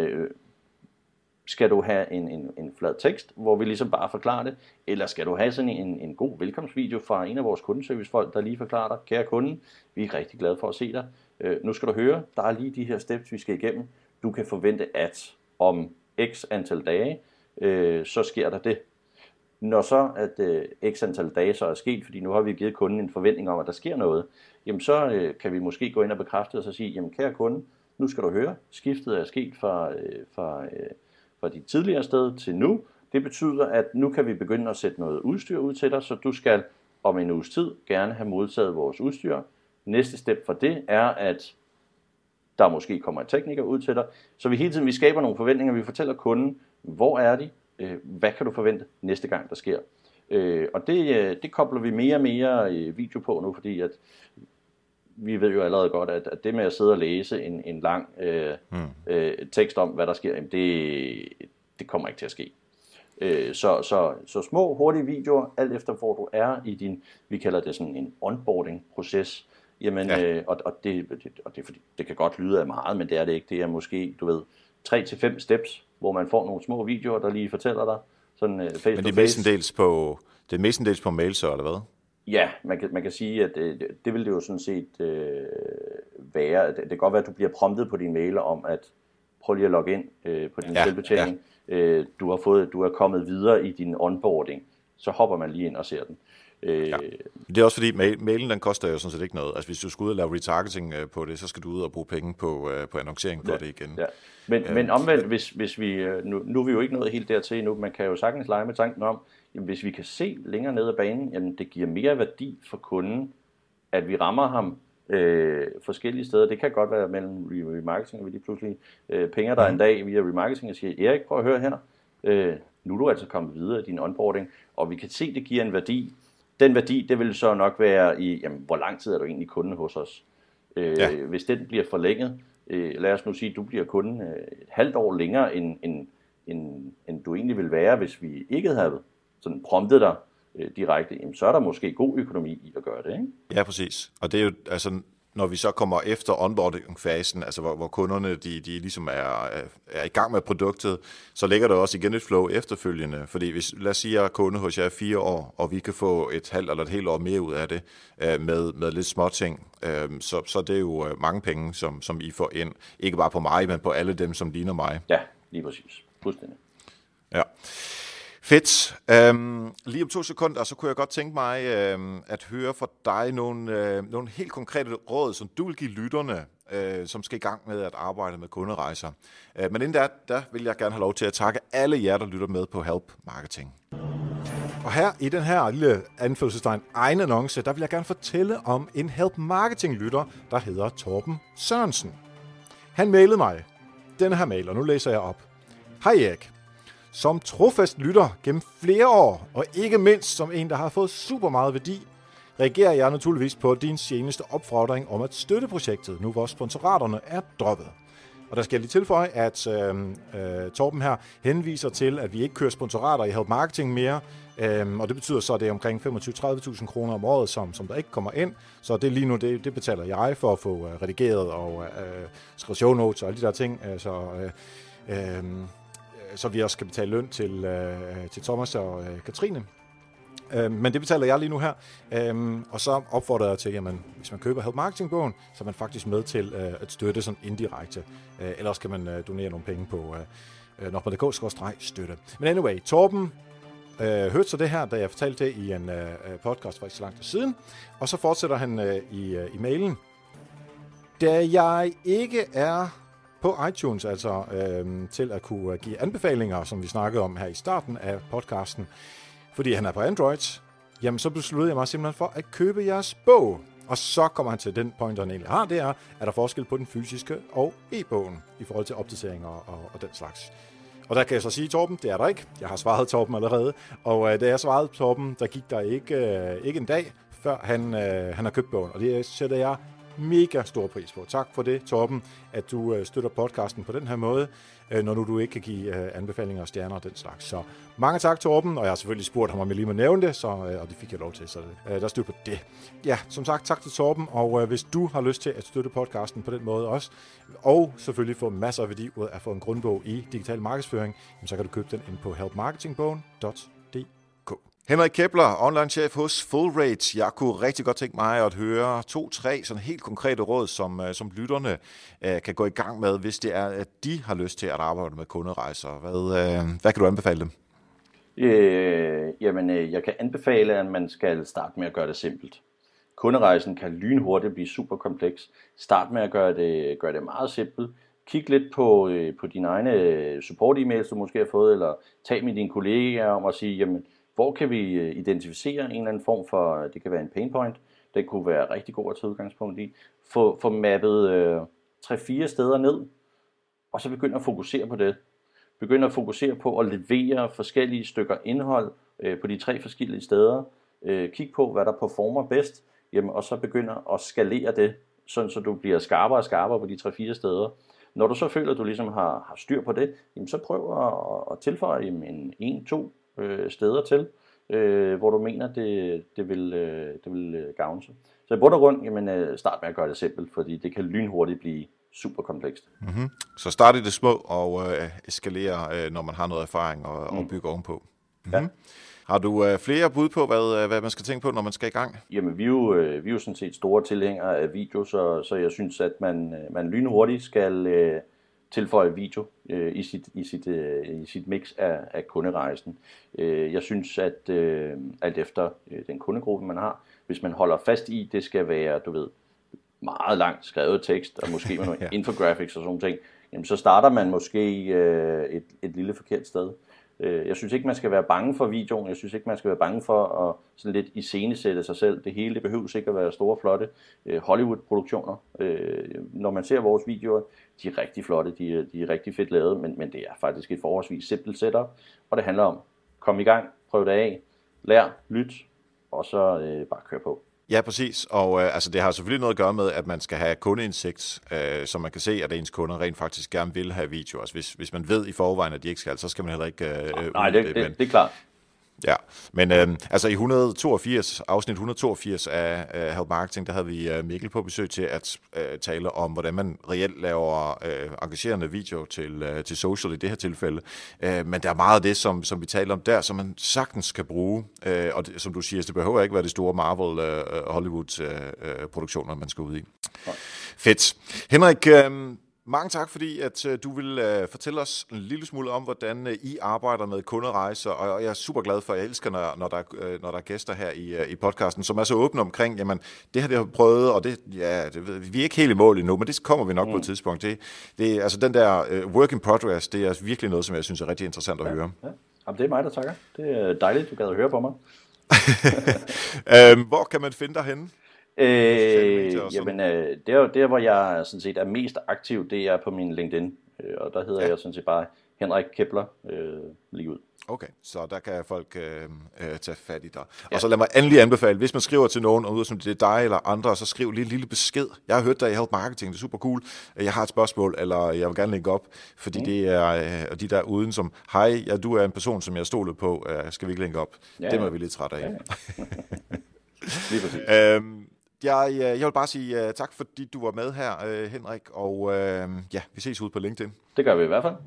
skal du have en flad tekst, hvor vi ligesom bare forklarer det, eller skal du have sådan en god velkomstvideo fra en af vores kundeservicefolk, der lige forklarer dig, kære kunde, vi er rigtig glade for at se dig. Nu skal du høre, der er lige de her steps, vi skal igennem. Du kan forvente, at om x antal dage, så sker der det. Når så at x antal dage så er sket, fordi nu har vi givet kunden en forventning om, at der sker noget, jamen så kan vi måske gå ind og bekræfte og så sige, jamen kære kunde, nu skal du høre, skiftet er sket fra dit tidligere sted til nu. Det betyder, at nu kan vi begynde at sætte noget udstyr ud til dig, så du skal om en uges tid gerne have modtaget vores udstyr. Næste step for det er, at der måske kommer en tekniker ud til dig, så vi hele tiden skaber nogle forventninger, vi fortæller kunden, hvor er de, hvad kan du forvente næste gang, der sker. Og det kobler vi mere og mere video på nu, fordi at vi ved jo allerede godt, at det med at sidde og læse en lang tekst om, hvad der sker, det kommer ikke til at ske. Så små, hurtige videoer, alt efter hvor du er i din, vi kalder det sådan en onboarding-proces, jamen, og det kan godt lyde af meget, men det er det ikke. Det er måske, 3-5 steps, hvor man får nogle små videoer, der lige fortæller dig, sådan face to face. Men det er mestendels på mail så, eller hvad? Ja, man kan sige, at det vil det jo sådan set være. Det kan godt være, at du bliver promptet på din mail om, at prøv lige at logge ind på din selvbetjening. Ja. Du er kommet videre i din onboarding. Så hopper man lige ind og ser den. Ja. Det er også fordi, mailen den koster jo sådan set ikke noget. Altså hvis du skal ud og lave retargeting på det, så skal du ud og bruge penge på annoncering for det igen. Ja. Men omvendt, hvis vi, nu er vi jo ikke nået helt dertil endnu, man kan jo sagtens lege med tanken om, jamen, hvis vi kan se længere ned ad banen, jamen, det giver mere værdi for kunden, at vi rammer ham forskellige steder. Det kan godt være mellem remarketing, og vi lige pludselig penger der en dag via remarketing og siger, Erik, prøv at høre her, nu er du altså kommet videre i din onboarding, og vi kan se, at det giver en værdi. Den værdi, det vil så nok være i, jamen, hvor lang tid er du egentlig kunde hos os? Hvis den bliver forlænget, lad os nu sige, at du bliver kunde et halvt år længere, end du egentlig vil være, hvis vi ikke havde sådan promptet dig direkte, jamen, så er der måske god økonomi i at gøre det, ikke? Ja, præcis. Og det er jo, altså, når vi så kommer efter onboarding-fasen, altså hvor kunderne de ligesom er i gang med produktet, så ligger der også igen et flow efterfølgende. Fordi lad os sige, at jeg er kunde hos jer 4 år, og vi kan få et halvt eller et helt år mere ud af det med lidt småting, så det er jo mange penge, som I får ind. Ikke bare på mig, men på alle dem, som ligner mig. Ja, lige præcis. Fuldstændig. Ja. Fedt. Lige om 2 sekunder, så kunne jeg godt tænke mig at høre fra dig nogle helt konkrete råd, som du vil give lytterne, som skal i gang med at arbejde med kunderejser. Men inden der vil jeg gerne have lov til at takke alle jer, der lytter med på Help Marketing. Og her i den her lille anførselstegn egen annonce, der vil jeg gerne fortælle om en Help Marketing-lytter, der hedder Torben Sørensen. Han mailede mig denne her mail, og nu læser jeg op. Hej Erik. Som trofast lytter gennem flere år, og ikke mindst som en, der har fået super meget værdi, reagerer jeg naturligvis på din seneste opfordring om at støtte projektet, nu hvor sponsoraterne er droppet. Og der skal jeg lige tilføje, at Torben her henviser til, at vi ikke kører sponsorater i Help Marketing mere, og det betyder så, at det er omkring 25-30.000 kroner om året, som der ikke kommer ind. Så det lige nu, det betaler jeg for at få redigeret og skrive show notes og alle de der ting. Så vi også skal betale løn til Thomas og Katrine. Men det betaler jeg lige nu her. Og så opfordrer jeg til, jamen, hvis man køber Help Marketing-bogen, så er man faktisk med til at støtte sådan indirekte. Ellers kan man donere nogle penge på nokmer.dk/støtte. Men anyway, Torben hørte så det her, da jeg fortalte det i en podcast for ikke så lang tid siden. Og så fortsætter han i mailen. Da jeg ikke er på iTunes, altså til at kunne give anbefalinger, som vi snakkede om her i starten af podcasten, fordi han er på Android, jamen så besluttede jeg mig simpelthen for at købe jeres bog. Og så kommer han til den point, han egentlig har, det er der forskel på den fysiske og e-bogen i forhold til opdateringer og den slags. Og der kan jeg så sige, Torben, det er der ikke. Jeg har svaret Torben allerede. Og da jeg svarede Torben, der gik der ikke en dag, før han har købt bogen. Og det sætter jeg mega stor pris på. Tak for det, Torben, at du støtter podcasten på den her måde, når nu du ikke kan give anbefalinger og stjerner og den slags. Så mange tak, Torben, og jeg har selvfølgelig spurgt ham, om jeg lige må nævne det, og det fik jeg lov til, så der styr på det. Ja, som sagt, tak til Torben, og hvis du har lyst til at støtte podcasten på den måde også, og selvfølgelig få masser af værdi ud af at få en grundbog i digital markedsføring, så kan du købe den ind på helpmarketingbogen.dk. Henrik Kepler, online-chef hos Fullrate. Jeg kunne rigtig godt tænke mig at høre 2-3 sådan helt konkrete råd, som lytterne kan gå i gang med, hvis det er, at de har lyst til at arbejde med kunderejser. Hvad kan du anbefale dem? Jeg kan anbefale, at man skal starte med at gøre det simpelt. Kunderejsen kan lynhurtigt blive super kompleks. Start med at gøre det meget simpelt. Kig lidt på dine egne support-e-mails, du måske har fået, eller tag med dine kollegaer om at sige, jamen, hvor kan vi identificere en eller anden form for, det kan være en pain point, det kunne være rigtig god at tage udgangspunkt i, få mappet 3-4 steder ned, og så begynde at fokusere på det. Begynde at fokusere på at levere forskellige stykker indhold på de 3 forskellige steder. Kig på, hvad der performer bedst, jamen, og så begynde at skalere det, sådan så du bliver skarpere og skarpere på de 3-4 steder. Når du så føler, at du ligesom har styr på det, jamen, så prøv at tilføje en 1-2 steder til, hvor du mener, det vil gavne sig. Så i bund og grund, jamen, start med at gøre det simpelt, fordi det kan lynhurtigt blive super komplekst. Mm-hmm. Så start i det små og eskalere, når man har noget erfaring og bygge ovenpå. Mm-hmm. Ja. Har du flere bud på, hvad man skal tænke på, når man skal i gang? Jamen, vi er jo sådan set store tilhængere af video, så jeg synes, at man lynhurtigt skal tilføje video i sit mix af kunderejsen. Jeg synes, at alt efter den kundegruppe, man har, hvis man holder fast i, det skal være, du ved, meget langt skrevet tekst, og måske med nogle infographics og sådan ting, jamen, så starter man måske et lille forkert sted. Jeg synes ikke, man skal være bange for videoen. Jeg synes ikke, man skal være bange for at sådan lidt iscenesætte sig selv. Det hele, det behøver ikke at være store, flotte Hollywood-produktioner. Når man ser vores videoer, de er rigtig flotte, de er rigtig fedt lavet, men det er faktisk et forholdsvis simpelt setup. Og det handler om, kom i gang, prøv det af, lær, lyt, og så bare kør på. Ja, præcis. Og det har selvfølgelig noget at gøre med, at man skal have kundeindsigt, så man kan se, at ens kunder rent faktisk gerne vil have video. Altså hvis man ved i forvejen, at de ikke skal, så skal man heller ikke nej, det er klart. Ja, men i afsnit 182 af Help Marketing, der havde vi Mikkel på besøg til at tale om, hvordan man reelt laver engagerende video til social i det her tilfælde. Men der er meget af det, som vi taler om der, som man sagtens kan bruge. Og det, som du siger, det behøver ikke være det store Marvel Hollywood-produktioner, man skal ud i. Nej. Fedt. Henrik, mange tak, fordi at du vil fortælle os en lille smule om, hvordan I arbejder med kunderejser, og jeg er super glad for, at jeg elsker, når der er gæster her i podcasten, som er så åbne omkring, jamen, det har vi prøvet, og vi er ikke helt i mål endnu, men det kommer vi nok på et tidspunkt. Det altså den der work in progress, det er virkelig noget, som jeg synes er rigtig interessant at høre. Ja. Jamen, det er mig, der takker. Det er dejligt, du gad at høre på mig. Hvor kan man finde dig henne? Der hvor jeg sådan set er mest aktiv, det er på min LinkedIn, og der hedder jeg sådan set bare Henrik Kepler lige ud. Okay, så der kan folk tage fat i dig. Ja. Og så lad mig endelig anbefale, hvis man skriver til nogen, ude som det er dig eller andre, så skriv lige en lille besked. Jeg har hørt dig i Help Marketing, det er super cool. Jeg har et spørgsmål, eller jeg vil gerne lægge op, fordi det er de der uden som, hej, du er en person, som jeg stoler på, skal vi ikke lægge op? Ja, det må vi lidt træt af. Ja. Lige præcis. Jeg vil bare sige tak, fordi du var med her, Henrik, og vi ses ude på LinkedIn. Det gør vi i hvert fald.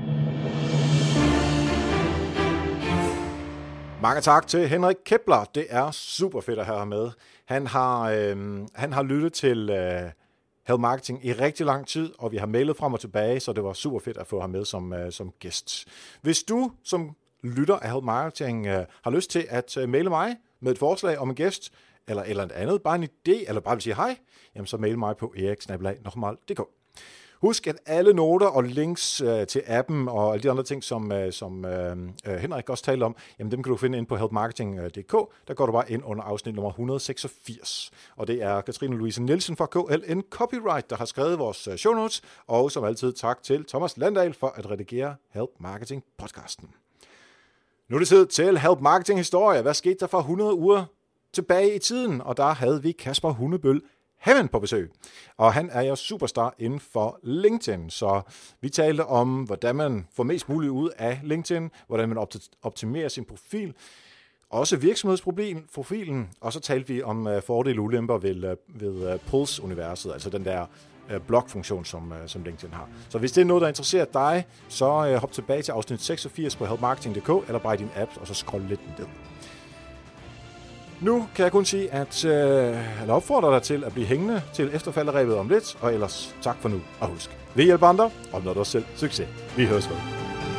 Mange tak til Henrik Kepler. Det er super fedt at have ham med. Han har lyttet til Help Marketing i rigtig lang tid, og vi har mailet frem og tilbage, så det var super fedt at få ham med som gæst. Hvis du som lytter af Help Marketing har lyst til at maile mig med et forslag om en gæst, eller et andet, bare en idé, eller bare vil sige hej, jamen så mail mig på erik@nokmal.dk. Husk, at alle noter og links til appen og alle de andre ting, som Henrik også talte om, jamen dem kan du finde ind på helpmarketing.dk. Der går du bare ind under afsnit nummer 186. Og det er Katrine Louise Nielsen fra KLN Copyright, der har skrevet vores show notes. Og som altid tak til Thomas Landahl for at redigere Help Marketing podcasten. Nu er det tid til Help Marketing historie. Hvad skete der for 100 uger tilbage i tiden? Og der havde vi Kasper Hundebøl Haven på besøg, og han er jo superstar inden for LinkedIn, så vi talte om, hvordan man får mest muligt ud af LinkedIn, hvordan man optimerer sin profil, også virksomhedsprofilen, og så talte vi om fordele og ulemper ved Pulse-universet, altså den der blogfunktion, som LinkedIn har. Så hvis det er noget, der interesserer dig, så hop tilbage til afsnit 86 på helpmarketing.dk, eller bare i din app, og så scroll lidt ned. Nu kan jeg kun sige, at jeg opfordrer dig til at blive hængende til efterfalderæbet om lidt, og ellers tak for nu, og husk, vi hjælper andre, opnår du også selv succes. Vi høres vel.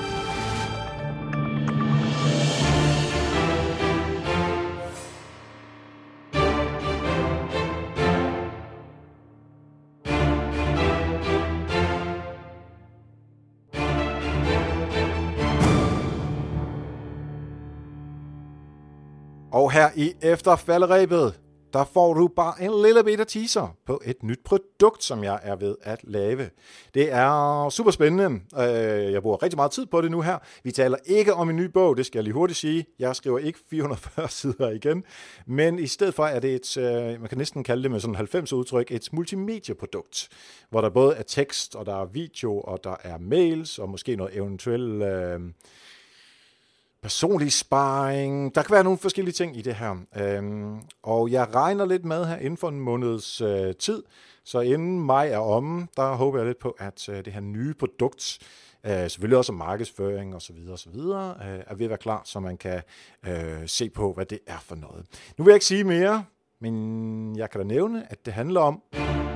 Og her i efterfalderæbet, der får du bare en lille bitte teaser på et nyt produkt, som jeg er ved at lave. Det er super spændende. Jeg bruger rigtig meget tid på det nu her. Vi taler ikke om en ny bog, det skal jeg lige hurtigt sige. Jeg skriver ikke 440 sider igen. Men i stedet for er det man kan næsten kalde det med sådan 90 udtryk, et multimedieprodukt, hvor der både er tekst, og der er video, og der er mails, og måske noget eventuelt personlig sparring. Der kan være nogle forskellige ting i det her. Og jeg regner lidt med her inden for en måneds tid. Så inden maj er omme, der håber jeg lidt på, at det her nye produkt, selvfølgelig også om markedsføring osv., er ved at være klar, så man kan se på, hvad det er for noget. Nu vil jeg ikke sige mere, men jeg kan da nævne, at det handler om